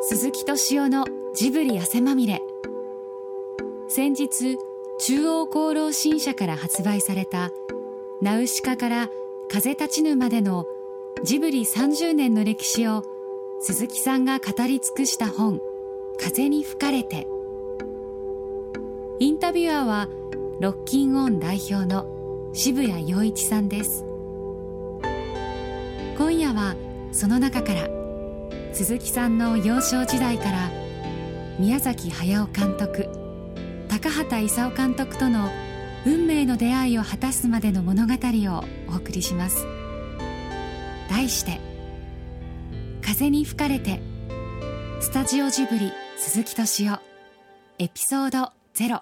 鈴木敏夫のジブリ汗まみれ。先日中央功労新社から発売されたナウシカから風立ちぬまでのジブリ30年の歴史を鈴木さんが語り尽くした本、風に吹かれて。インタビュアーはロッキンオン代表の渋谷陽一さんです。今夜はその中から鈴木さんの幼少時代から宮崎駿監督、高畑勲監督との運命の出会いを果たすまでの物語をお送りします。題して風に吹かれて、スタジオジブリ鈴木敏夫エピソード0。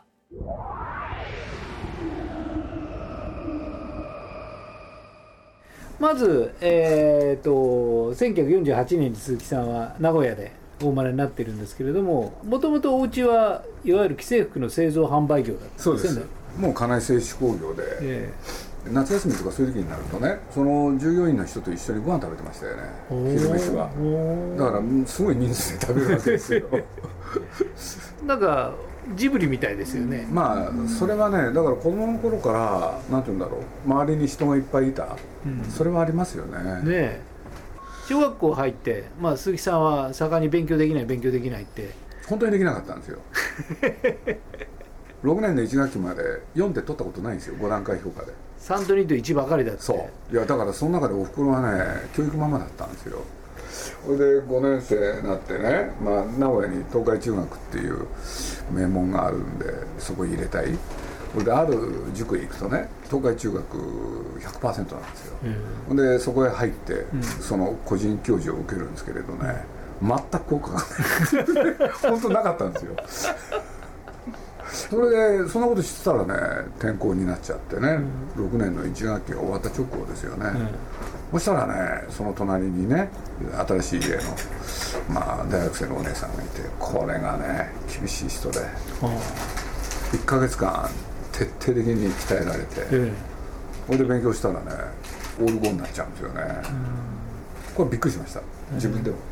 まず、1948年に鈴木さんは名古屋でお生まれになっているんですけれども、もともとお家はいわゆる既製服の製造販売業だったんですよね。 そうです。もう家内製紙工業で、夏休みとかそういう時になるとね、その従業員の人と一緒にご飯食べてましたよね、昼飯は。だからすごい人数で食べるわけですよなんかジブリみたいですよね。 まあそれはね、だから子供の頃からなんていうんだろう、周りに人がいっぱいいた、それはありますよね。 ねえ、小学校入って、鈴木さんは盛んに勉強できないって本当にできなかったんですよ6年の1学期まで4って取ったことないんですよ、5段階評価で。 3と2と1ばかりだって。 そう、いやだからその中でおふくろはね教育ママだったんですよ。それで5年生になってね、名古屋に東海中学っていう名門があるんでそこに入れたい。それである塾へ行くとね、東海中学 100% なんですよ。でそこへ入って、その個人教授を受けるんですけれどね、全く効果がない本当なかったんですよそれでそんなこと知ってたらね、転校になっちゃってね、6年の1学期が終わった直後ですよね。そしたらね、その隣にね、新しい家の、大学生のお姉さんがいて、これがね厳しい人で、1ヶ月間徹底的に鍛えられて、それで勉強したらね、オール5になっちゃうんですよね。これびっくりしました、自分でも。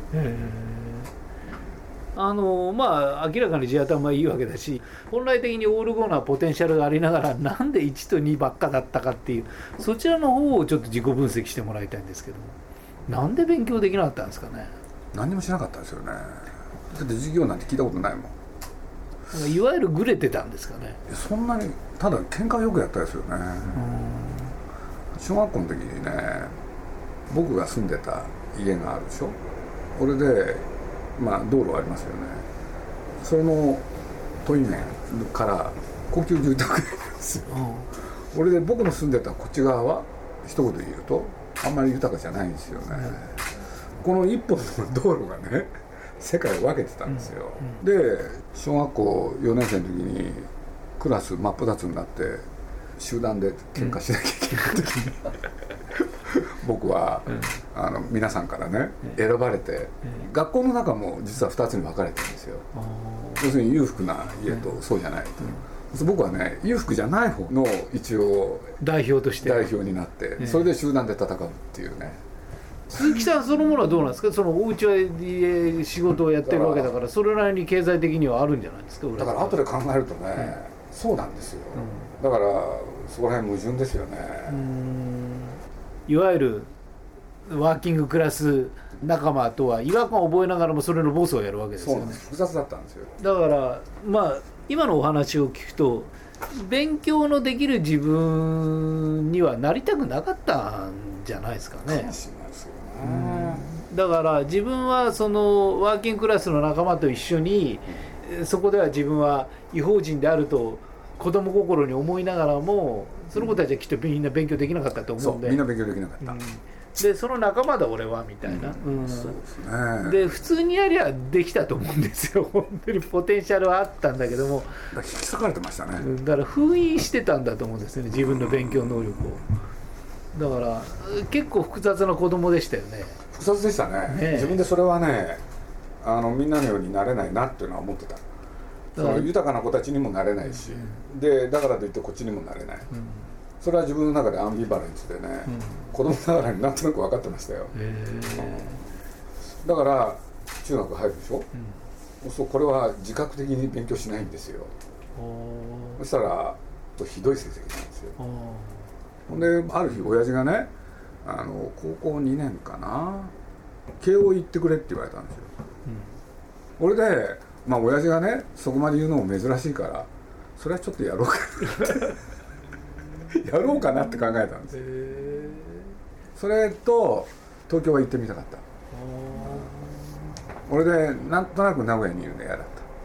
明らかに地頭いいわけだし、本来的にオール5なポテンシャルがありながら、なんで1と2ばっかだったかっていう、そちらの方をちょっと自己分析してもらいたいんですけども、なんで勉強できなかったんですかね。 何もしなかったですよね。だって授業なんて聞いたことないもん。 いわゆるグレてたんですかね。 そんなに、ただ喧嘩よくやったですよね。小学校の時にね、僕が住んでた家があるでしょ。これで道路ありますよね。それの対面から高級住宅があるんですよ。これで僕の住んでたこっち側は一言で言うとあんまり豊かじゃないんですよね。この一本の道路がね、世界を分けてたんですよ。で小学校4年生の時にクラス真っ二つになって集団で喧嘩しなきゃいけない時に、僕は、皆さんからね選ばれて、学校の中も実は2つに分かれてるんですよ。要するに裕福な家とそうじゃないと。僕はね、裕福じゃない方の一応代表として代表になって、それで集団で戦うっていうね。 鈴木さんそのものはどうなんですか。そのお家は仕事をやってるわけだから、それなりに経済的にはあるんじゃないですか。 だから後で考えるとね、そうなんですよ。だからそこら辺矛盾ですよね。 いわゆるワーキングクラス仲間とは違和感を覚えながらもそれのボスをやるわけですよね。 そうなんです。複雑だったんですよ。 だから今のお話を聞くと、勉強のできる自分にはなりたくなかったんじゃないですかね。 かもしれないですよね。 だから自分はそのワーキングクラスの仲間と一緒に、そこでは自分は違法人であると子供心に思いながらも、その子たちはきっとみんな勉強できなかったと思うんで、 みんな勉強できなかった、 でその仲間だ俺はみたいな、 そうですね。 で普通にやりゃできたと思うんですよ。本当にポテンシャルはあったんだけども、 引き裂かれてましたね。 だから封印してたんだと思うんですよね、自分の勉強能力を。だから結構複雑な子供でしたよね。 複雑でした ね。自分でそれはね、みんなのようになれないなっていうのは思ってた。その豊かな子たちにもなれないし、でだからといってこっちにもなれない、それは自分の中でアンビバレンスでね、子供ながらになんとなく分かってましたよ。だから中学入るでしょ、そうこれは自覚的に勉強しないんですよ。そしたらひどい成績なんですよ。ほんである日親父がね高校2年かな慶応行ってくれって言われたんですよ、俺でまあ親父がねそこまで言うのも珍しいからそれはちょっとやろうかやろうかなって考えたんですよ。それと東京は行ってみたかった。俺でなんとなく名古屋にいるの嫌だった。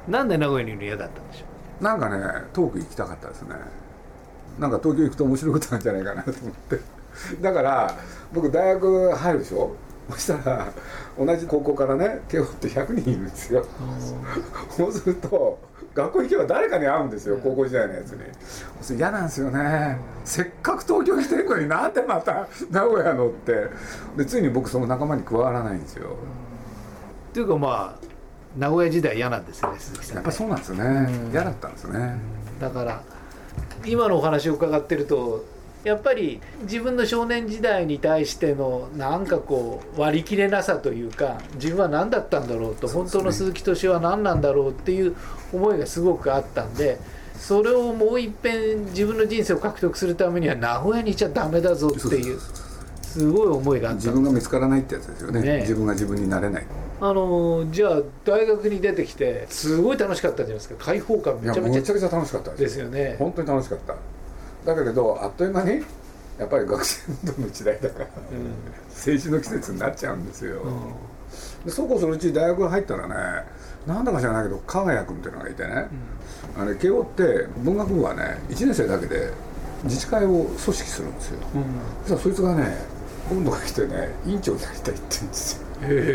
なんで名古屋にいるの嫌だったんでしょう。なんかね遠く行きたかったですね。なんか東京行くと面白いことなんじゃないかなと思ってだから僕大学入るでしょ。そしたら同じ高校からね慶応って100人いるんですよそうすると学校行けば誰かに会うんですよ、高校時代のやつに。それ嫌なんですよね、せっかく東京来てるのになんでまた名古屋のってでついに僕その仲間に加わらないんですよ。 っていうかまあ名古屋時代嫌なんですよね、鈴木さん。 やっぱそうなんですよね、嫌だったんですね。 だから今のお話を伺ってるとやっぱり自分の少年時代に対してのなんかこう割り切れなさというか、自分は何だったんだろうと、本当の鈴木敏夫は何なんだろうっていう思いがすごくあったんで、それをもう一遍自分の人生を獲得するためには名古屋にいちゃダメだぞっていうすごい思いがあった。 自分が見つからないってやつですよ ね。自分が自分になれない。 じゃあ大学に出てきてすごい楽しかったじゃないですか。開放感めちゃめちゃ楽しかったですよね。 本当に楽しかった。だけれどあっという間にやっぱり学生運動の時代だから、政治の季節になっちゃうんですよ、でそうこうするうち大学入ったらね、なんだか知らないけど加賀谷君っていうのがいてね、慶応って文学部はね1年生だけで自治会を組織するんですよ、そしたらそいつがね今度が来てね委員長になりたいって言うんですよ。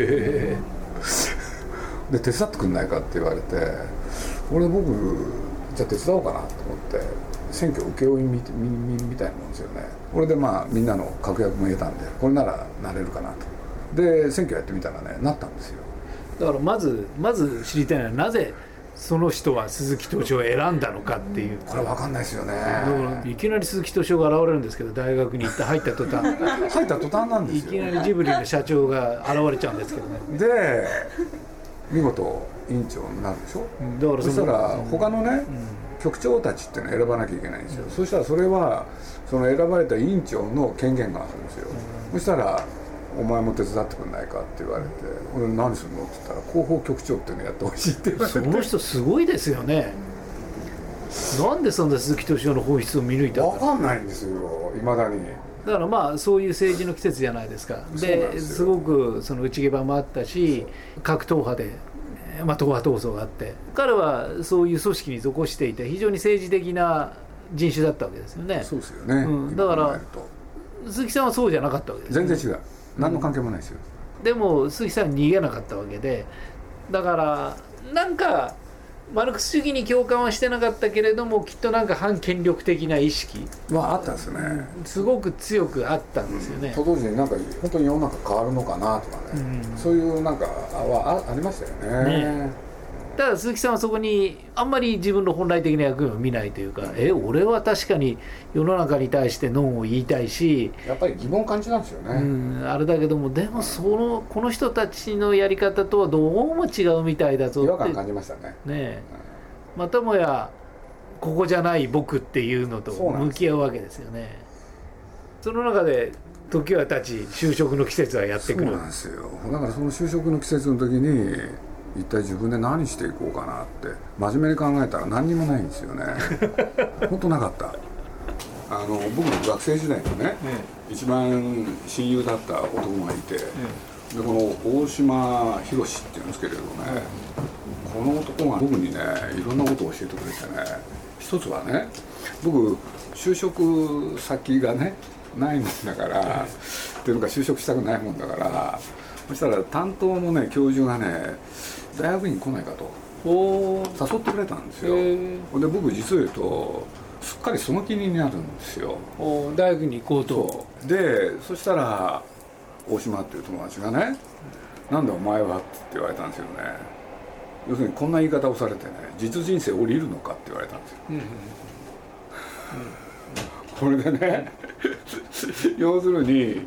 で手伝ってくんないかって言われて、僕じゃあ手伝おうかなと思って選挙請負みたいなもんですよね。これでまあみんなの確約も得たんで、これならなれるかなと。で選挙やってみたらねなったんですよ。 だからまず知りたいのはなぜその人は鈴木敏夫を選んだのかっていう。 これ分かんないですよね。 いきなり鈴木敏夫が現れるんですけど、大学に行って入った途端なんですよ。 いきなりジブリの社長が現れちゃうんですけどね。 で見事委員長になるでしょ。だからそしたら他のね、局長たちっていうのを選ばなきゃいけないんですよ、そしたらそれはその選ばれた委員長の権限があるんですよ、そしたらお前も手伝ってくんないかって言われて、俺何するのって言ったら広報局長っていうのやってほしいって言われて。 その人すごいですよね。なんでそんな鈴木敏夫の本質を見抜いたのか分かんないんですよいまだに。 だからまあそういう政治の季節じゃないですか。ですごくその内毛場もあったし、各党派で党派闘争があって、彼はそういう組織に属していて非常に政治的な人種だったわけですよね。 そうですよね、 だから鈴木さんはそうじゃなかったわけです、ね、 全然違う、何の関係もないですよ、 でも鈴木さんは逃げなかったわけで、だからなんかマルクス主義に共感はしてなかったけれども、きっとなんか反権力的な意識はあったんですね、 すごく強くあったんですよね、 と同時になんか本当に世の中変わるのかなとかね、そういうなんかはありましたよね。 ただ鈴木さんはそこにあんまり自分の本来的な役目を見ないというか、俺は確かに世の中に対してノンを言いたいし、 やっぱり疑問感じなんですよね、 あれだけども、でもこの人たちのやり方とはどうも違うみたいだぞって違和感感じましたね。 またもやここじゃない僕っていうのと向き合うわけですよね。その中で時は経ち就職の季節はやってくる。 そうなんですよ。だからその就職の季節の時に一体自分で何していこうかなって真面目に考えたら何にもないんですよね本当なかった。僕の学生時代のね、一番親友だった男がいて、でこの大島博っていうんですけれどね、この男が僕にねいろんなことを教えてくれてね、一つはね、僕就職先がねないもんだから、っていうのか就職したくないもんだから、そしたら担当のね教授がね大学院来ないかと誘ってくれたんですよ。で僕実を言うとすっかりその気になるんですよ。 大学に行こうと。 でそしたら大島っていう友達がね「なんでお前は?」って言われたんですよね。要するにこんな言い方をされてね、実人生降りるのかって言われたんですよ、これでね要するに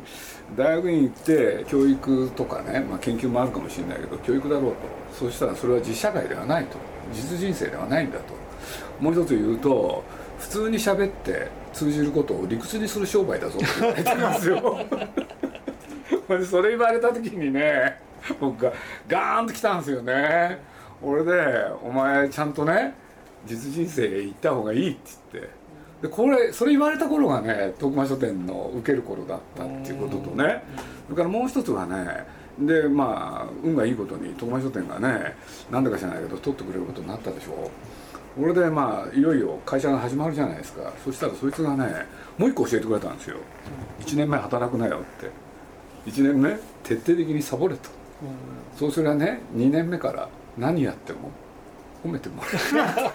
大学院行って教育とかね、研究もあるかもしれないけど教育だろうと、そうしたらそれは実社会ではないと、実人生ではないんだと。もう一つ言うと、普通に喋って通じることを理屈にする商売だぞって言われてるんですよそれ言われた時にね、僕がガーンと来たんですよね。俺でお前ちゃんとね実人生へ行った方がいいって言って、でそれ言われた頃がね徳間書店の受ける頃だったっていうこととね、それからもう一つはね、で運がいいことに徳間書店がねなんでか知らないけど取ってくれることになったでしょ。俺でいよいよ会社が始まるじゃないですか。そしたらそいつがねもう一個教えてくれたんですよ。1年目働くなよって、1年目徹底的にサボれと、そうすればね2年目から何やっても褒めてもらえる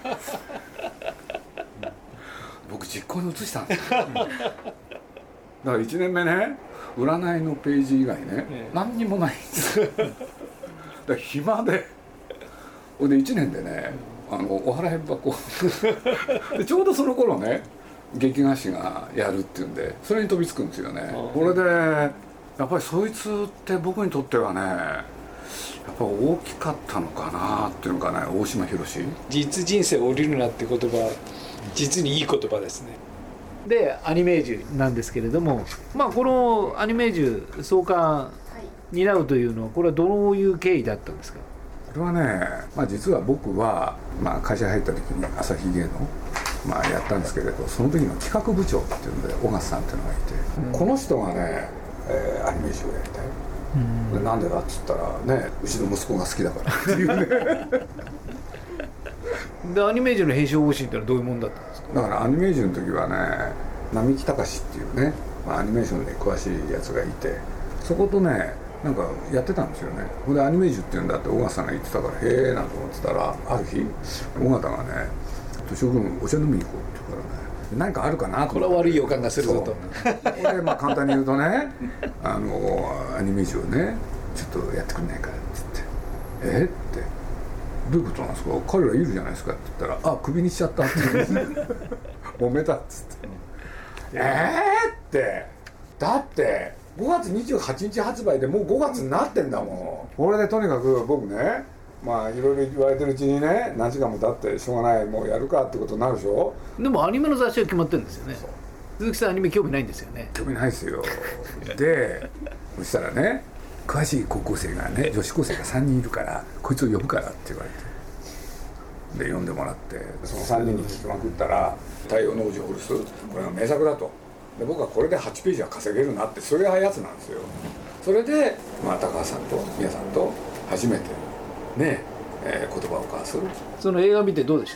僕実行に移したんですよだから1年目ね占いのページ以外ね、何にもないんですよだから暇で、で1年でねお払い箱でちょうどその頃ね劇画師がやるっていうんでそれに飛びつくんですよね。これでやっぱりそいつって僕にとってはねやっぱ大きかったのかなっていうのかね。大島博史、 実人生を降りるなって言葉、実にいい言葉ですね。 でアニメージュなんですけれども、このアニメージュ創刊担うというのはこれはどういう経緯だったんですか？ これはね、実は僕は、会社入った時に朝日芸能、やったんですけれど、その時の企画部長っていうので小笠さんっていうのがいて、この人がね、アニメージュをやりたい、でなんでだっつったらね、うちの息子が好きだからっていうねでアニメージュの編集方針ってのはどういうもんだったんですか？ だからアニメージュの時はね並木隆っていうね、アニメーションで詳しいやつがいて、そことねなんかやってたんですよね。これでアニメージュっていうんだって小笠さんが言ってたから、へえなんて思ってたら、ある日小笠がね「敏夫君お茶飲みに行こう」って言うからね、何かあるかなと思って、 これは悪い予感がするぞと。 これで簡単に言うとねアニメージュをねちょっとやってくんないかって言って、ってどういうことなんですか、彼らいるじゃないですかって言ったら、クビにしちゃったって言うんです揉めたっつって、ってだって5月28日発売でもう5月になってんだもん。これでとにかく僕ねいろいろ言われてるうちにね何時間も経ってしょうがない、もうやるかってことになるでしょ。 でもアニメの雑誌は決まってるんですよね。鈴木さんアニメ興味ないんですよね？ 興味ないですよでそしたらね詳しい高校生がね女子高生が3人いるからこいつを呼ぶからって言われて、で呼んでもらってその3人に聞きまくったら「太陽の王子ホルス」これが名作だと。で僕はこれで8ページは稼げるなって、そういうやつなんですよ。それで、高橋さんと宮さんと初めてね、言葉を交わす。 その映画見てどうでした？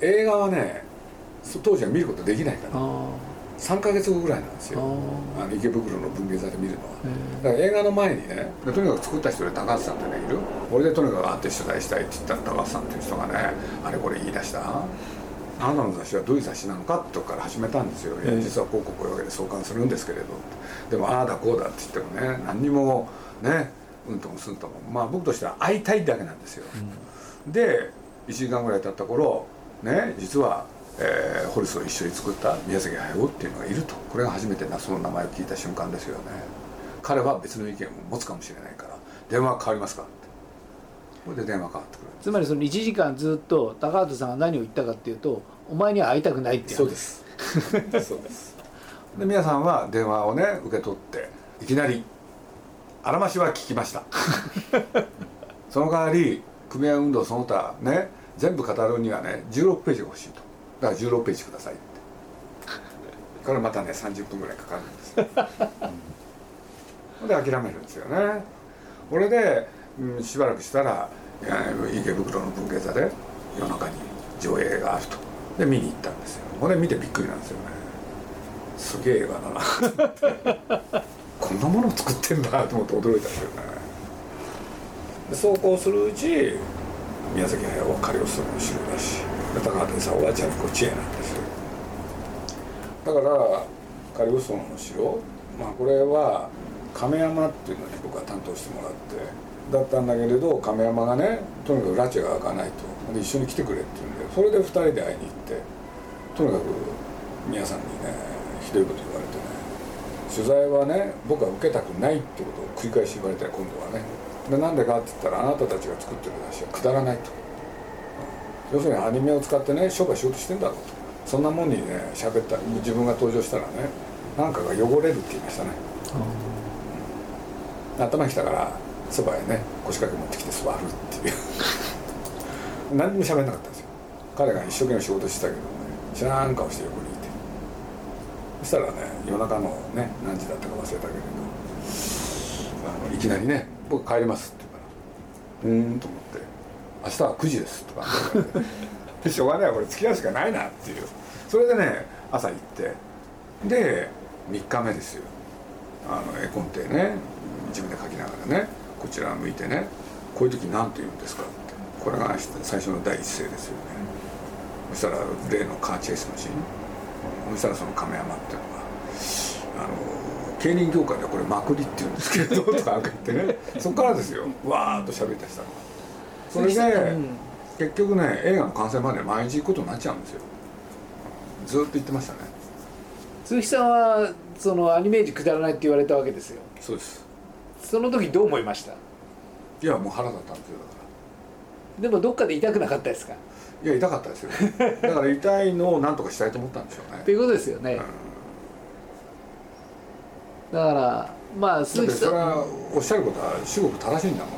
映画はね当時は見ることできないから3ヶ月後ぐらいなんですよ、池袋の文芸座で見るのは。だから映画の前にねとにかく作った人で高橋さんってねいる。俺でとにかく会って取材したいって言ったら高橋さんっていう人がねあれこれ言い出した。あなたの雑誌はどういう雑誌なのかってとこから始めたんですよ。実はこういうわけで創刊するんですけれど、でもああだこうだって言ってもね何にもねうんともすんとも、僕としては会いたいだけなんですよ、で1時間ぐらい経った頃ね実は、ホルスを一緒に作った宮崎駿っていうのがいると。これが初めてその名前を聞いた瞬間ですよね。彼は別の意見を持つかもしれないから電話変わりますかって、これで電話変わってくる。 つまりその1時間ずっと高畑さんが何を言ったかっていうと、お前には会いたくないっていう。 そうですそうですで皆さんは電話をね受け取っていきなりあらましは聞きましたその代わり組合運動その他ね全部語るにはね16ページ欲しいと。だから16ページくださいってこれまたね30分ぐらいかかるんですで諦めるんですよね。これで、しばらくしたら池袋の文芸座で夜中に上映があると。で見に行ったんですよ。これ見てびっくりなんですよね。すげえ映画だなこんなものを作ってんだと思って驚いたんですよね。でそうこうするうち宮崎駿はカリオストロの城だし、高畑勲はジャミコチエなんですよ。だからカリオストロの城、これは亀山っていうのに僕は担当してもらってだったんだけれど、亀山がねとにかく拉致が開かないと。で一緒に来てくれって言うんで、それで2人で会いに行って、とにかく宮さんにねひどいこと言われてね、 取材はね僕は受けたくないってことを繰り返し言われて、今度はねでなんでかって言ったら、あなたたちが作ってる雑誌はくだらないと、要するにアニメを使ってね商売しようとしてんだろうと、そんなもんにね喋った自分が登場したらねなんかが汚れるって言いましたね、頭に来たからそばへね腰掛け持ってきて座るっていう何にも喋んなかったんですよ。彼が一生懸命仕事してたけどね、知らん顔して横にいて、そしたらね夜中のね何時だったか忘れたけれど、いきなりね「僕帰ります」って言うから「と思って「明日は9時です」とかしょうがない、これ付き合うしかないなっていう。それでね朝行ってで3日目ですよ、絵コンテね自分で書きながらねこちら向いてね、こういう時何て言うんですかって、これが最初の第一声ですよね。そしたら例のカーチェイスのシーン、そしたらその亀山っていうのが競輪業界ではこれまくりって言うんですけどとか言ってねそこからですよわーっと喋り出したのが。それで、結局ね映画の完成まで毎日行くことになっちゃうんですよ。ずっと言ってましたね。 鈴木さんはそのアニメージくだらないって言われたわけですよ。 そうです。 その時どう思いました？ いやもう腹だったんですよ。だかでもどっかで痛くなかったですか？ らいや痛かったですよだから痛いのを何とかしたいと思ったんでしょうねっていうことですよね、だからまあ鈴木さん、 それはおっしゃることは至極正しいんだもん、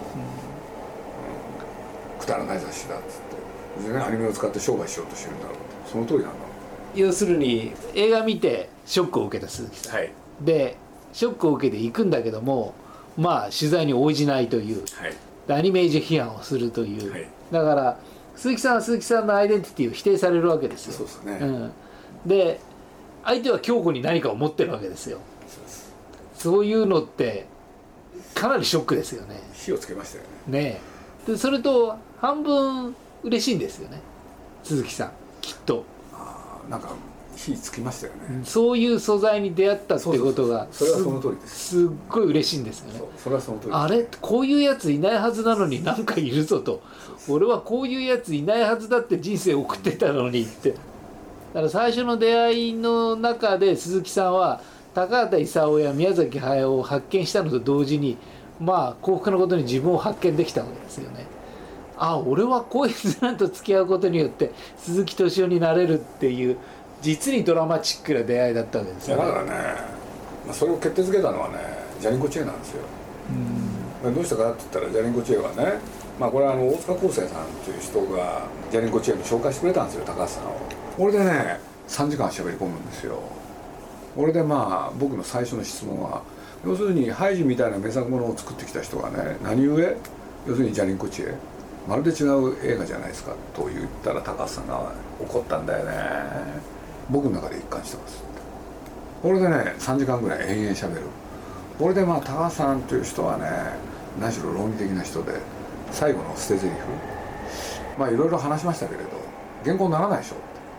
くだらない雑誌だっつって、アニメを使って商売しようとしてるんだろうって、その通りなんだもん。 要するに映画見てショックを受けた鈴木さん、 はい、 でショックを受けて行くんだけども、まあ取材に応じないという、 はい、 アニメージ批判をするという、 はい、だから鈴木さんは鈴木さんのアイデンティティを否定されるわけですよ。 そうですね、 で相手は強固に何かを持ってるわけですよ。そういうのってかなりショックですよね。 火をつけましたよね。 ねえ、でそれと半分嬉しいんですよね鈴木さんきっと。 なんか火つきましたよね、 そういう素材に出会ったってことがそれはその通りです。 すっごい嬉しいんですよね。 それはその通りです。 あれこういうやついないはずなのになんかいるぞと、俺はこういうやついないはずだって人生送ってたのにって。だから最初の出会いの中で鈴木さんは高畑勲や宮崎駿を発見したのと同時に、まあ幸福なことに自分を発見できたわけですよね。あ、俺はこいつらと付き合うことによって鈴木敏夫になれるっていう実にドラマチックな出会いだったわけですよね。 だからね、それを決定づけたのはねジャリンコチェなんですよ。どうしたかって言ったらジャリンコチェはね、これは大塚康生さんという人がジャリンコチェに紹介してくれたんですよ、高橋さんを。これでね3時間喋り込むんですよ。これで僕の最初の質問は、要するにハイジみたいな名作ものを作ってきた人がね、何故要するにジャリンコチェまるで違う映画じゃないですかと言ったら高橋さんが怒ったんだよね。僕の中で一貫してますって。これでね3時間ぐらい延々喋る。これで高橋さんという人はね何しろ論理的な人で、最後の捨て台詞いろいろ話しましたけれど原稿にならないでしょって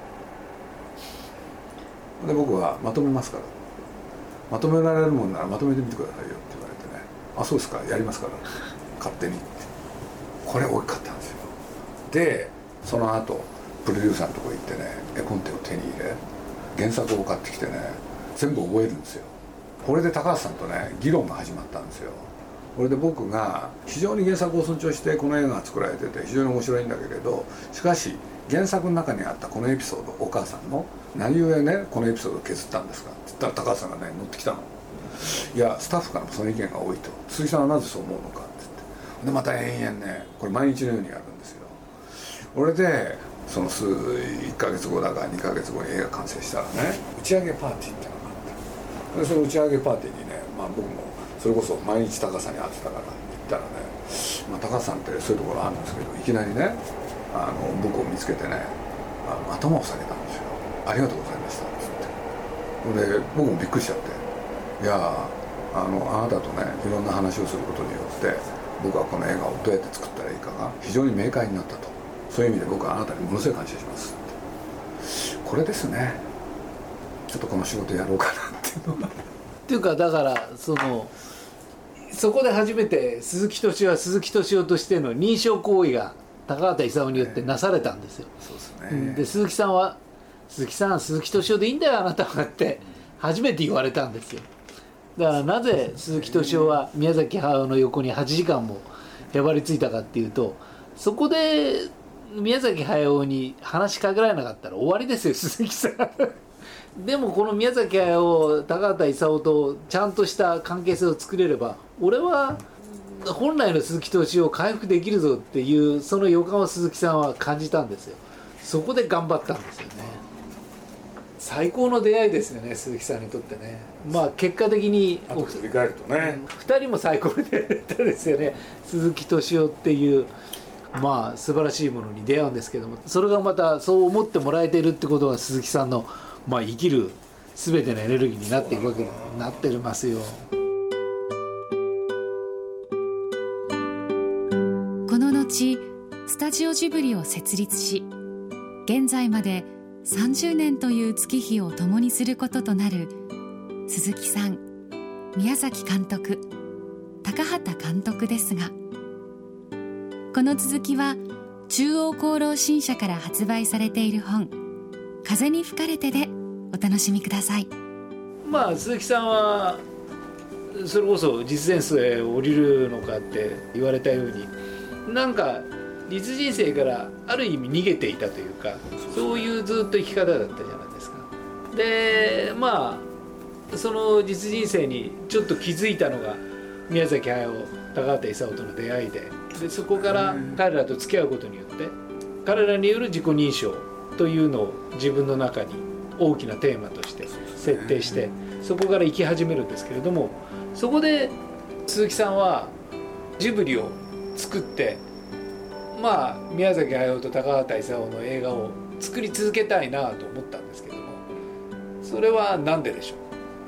。で僕はまとめますから、まとめられるもんならまとめてみてくださいよって言われてね、あそうですかやりますから勝手にって。これ大きかったんですよ。でその後プロデューサーのとこ行ってね絵コンテを手に入れ原作を買ってきてね全部覚えるんですよ。これで高橋さんとね議論が始まったんですよ。これで僕が非常に原作を尊重してこの映画が作られてて非常に面白いんだけれど、しかし原作の中にあったこのエピソード、お母さんの何故ねこのエピソードを削ったんですかって言ったら高橋さんがね乗ってきたの。いやスタッフからもその意見が多いと、鈴木さんはなぜそう思うのかって言って、でまた延々ねこれ毎日のようにやるんですよ。これでその1ヶ月後だか2ヶ月後に映画完成したらね打ち上げパーティーっていうのがあって、でその打ち上げパーティーにね、僕もそれこそ毎日高橋さんに会ってたから行ったらね、高橋さんってそういうところあるんですけどいきなりね僕を見つけてね頭を下げたんですよ。ありがとうございましたって言って。で僕もびっくりしちゃって、いやあなたとねいろんな話をすることによって僕はこの映画をどうやって作ったらいいかが非常に明快になったと、そういう意味で僕はあなたにものすごい感謝しますって。これですね、ちょっとこの仕事やろうかなっていうのがっていうかだからそこで初めて鈴木敏夫は鈴木敏夫としての認証行為が高畑勲によってなされたんですよ。 そうですね。 で鈴木さんは鈴木さん鈴木敏夫でいいんだよあなたはって初めて言われたんですよ。 だからなぜ鈴木敏夫は宮崎駿の横に8時間もへばりついたかっていうと、そこで宮崎駿に話しかけられなかったら終わりですよ鈴木さんでもこの宮崎駿、高畑勲とちゃんとした関係性を作れれば、俺は本来の鈴木敏夫を回復できるぞっていうその予感を鈴木さんは感じたんですよ。そこで頑張ったんですよね。最高の出会いですよね、鈴木さんにとってね。まあ結果的に後で振り返るとね、 2人も最高の出会いだったですよね。鈴木敏夫っていうまあ素晴らしいものに出会うんですけども、それがまたそう思ってもらえているってことは鈴木さんのまあ生きる全てのエネルギーになっていくわけになってますよ。 この後スタジオジブリを設立し、現在まで30年という月日を共にすることとなる鈴木さん、宮崎監督、高畑監督ですが、この続きは中央功労新社から発売されている本風に吹かれてでお楽しみください。 まあ鈴木さんはそれこそ実前数へ降りるのかって言われたように、なんか実人生からある意味逃げていたというか、そういうずっと生き方だったじゃないですか。でまあその実人生にちょっと気づいたのが宮崎駿、高畑勲との出会いで、そこから彼らと付き合うことによって彼らによる自己認証というのを自分の中に大きなテーマとして設定して、そこから生き始めるんですけれども、そこで鈴木さんはジブリを作って、まあ宮崎駿と高畑勲の映画を作り続けたいなと思ったんですけども、それは何ででしょ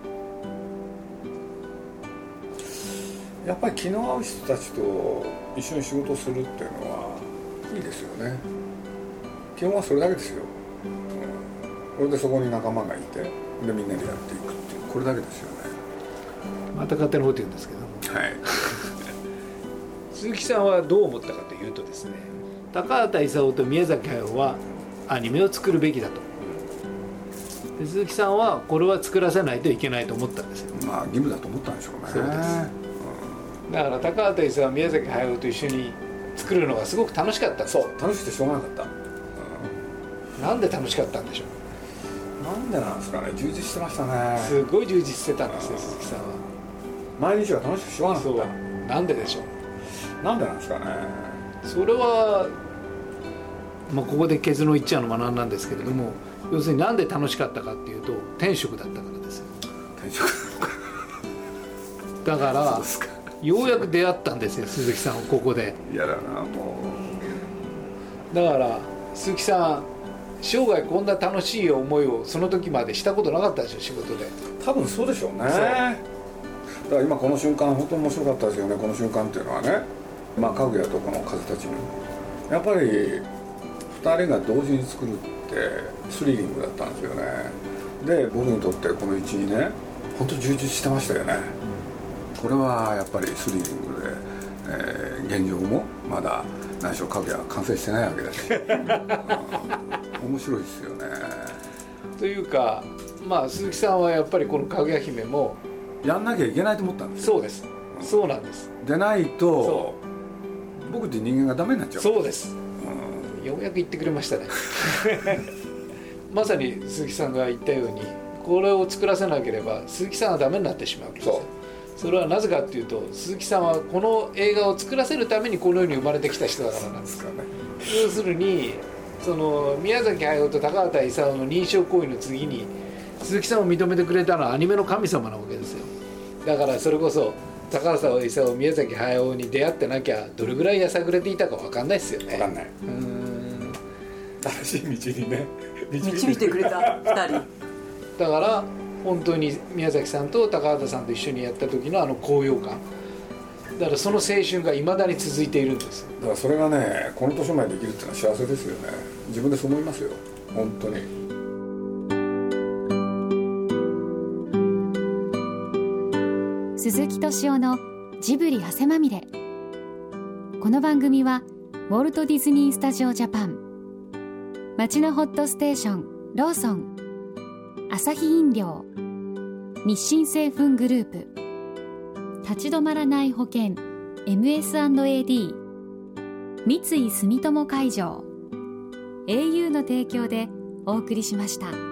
やっぱり気の合う人たちと一緒に仕事をするっていうのはいいですよね。基本はそれだけですよ、これでそこに仲間がいて、でみんなでやっていくっていう、これだけですよね。 また勝手なこと言うんですけども、 はい鈴木さんはどう思ったかというとですね、高畑勲と宮崎駿はアニメを作るべきだと、で鈴木さんはこれは作らせないといけないと思ったんですよ。 まあ義務だと思ったんでしょうね。 そうです、だから高畑勲は宮崎駿と一緒に作るのがすごく楽しかったんです。 そう楽しくてしょうがなかった、 なんで楽しかったんでしょう。 なんでなんですかね、充実してましたね。 すごい充実してたんですよ鈴木さんは。 毎日が楽しくしょうがなかそうっなんででしょう。 た。なんでなんですかね。 それは、まあ、ここで結論言っちゃうのもなんなんですけれども、要するになんで楽しかったかっていうと天職だったからですよ。 転職だからそうですか。 ようやく出会ったんですよ鈴木さんはここで。 嫌だなもだから鈴木さん生涯こんな楽しい思いをその時までしたことなかったでしょ仕事で。 う。多分そうでしょうね。だから今この瞬間本当に面白かったですよね。この瞬間っていうのはね、まあかぐやとこの風立ちぬ、やっぱり2人が同時に作るってスリリングだったんですよね。で僕にとってこの12年本当充実してましたよね、これはやっぱりスリリングで、現状もまだ何しろかぐやは完成してないわけだし、面白いですよね。 というかまあ鈴木さんはやっぱりこのかぐや姫もやんなきゃいけないと思ったんですよ。 そうです、そうなんです。 でないとそ僕って人間がダメになっちゃう。 そうです、ようやく言ってくれましたねまさに鈴木さんが言ったようにこれを作らせなければ鈴木さんはダメになってしまうわけですよ。それはなぜかっていうと鈴木さんはこの映画を作らせるためにこの世に生まれてきた人だからなんですかね。 要するにその宮崎駿と高畑勲の認証行為の次に鈴木さんを認めてくれたのはアニメの神様なわけですよ。だからそれこそ高畑勲、宮崎駿に出会ってなきゃどれぐらいやさぐれていたか分かんないですよね。 分かんない。正しい道にね導いてくれた2人だから本当に宮崎さんと高畑さんと一緒にやった時のあの高揚感、だからその青春がいまだに続いているんですよ。 だからそれがねこの年までできるっていうのは幸せですよね。自分でそう思いますよ本当に。 鈴木敏夫のジブリ汗まみれ。この番組はウォルト・ディズニー・スタジオ・ジャパン、町のホットステーションローソン、アサヒ飲料、 日清製粉グループ、立ち止まらない保険 MS&AD、 三井住友海上、au の提供でお送りしました。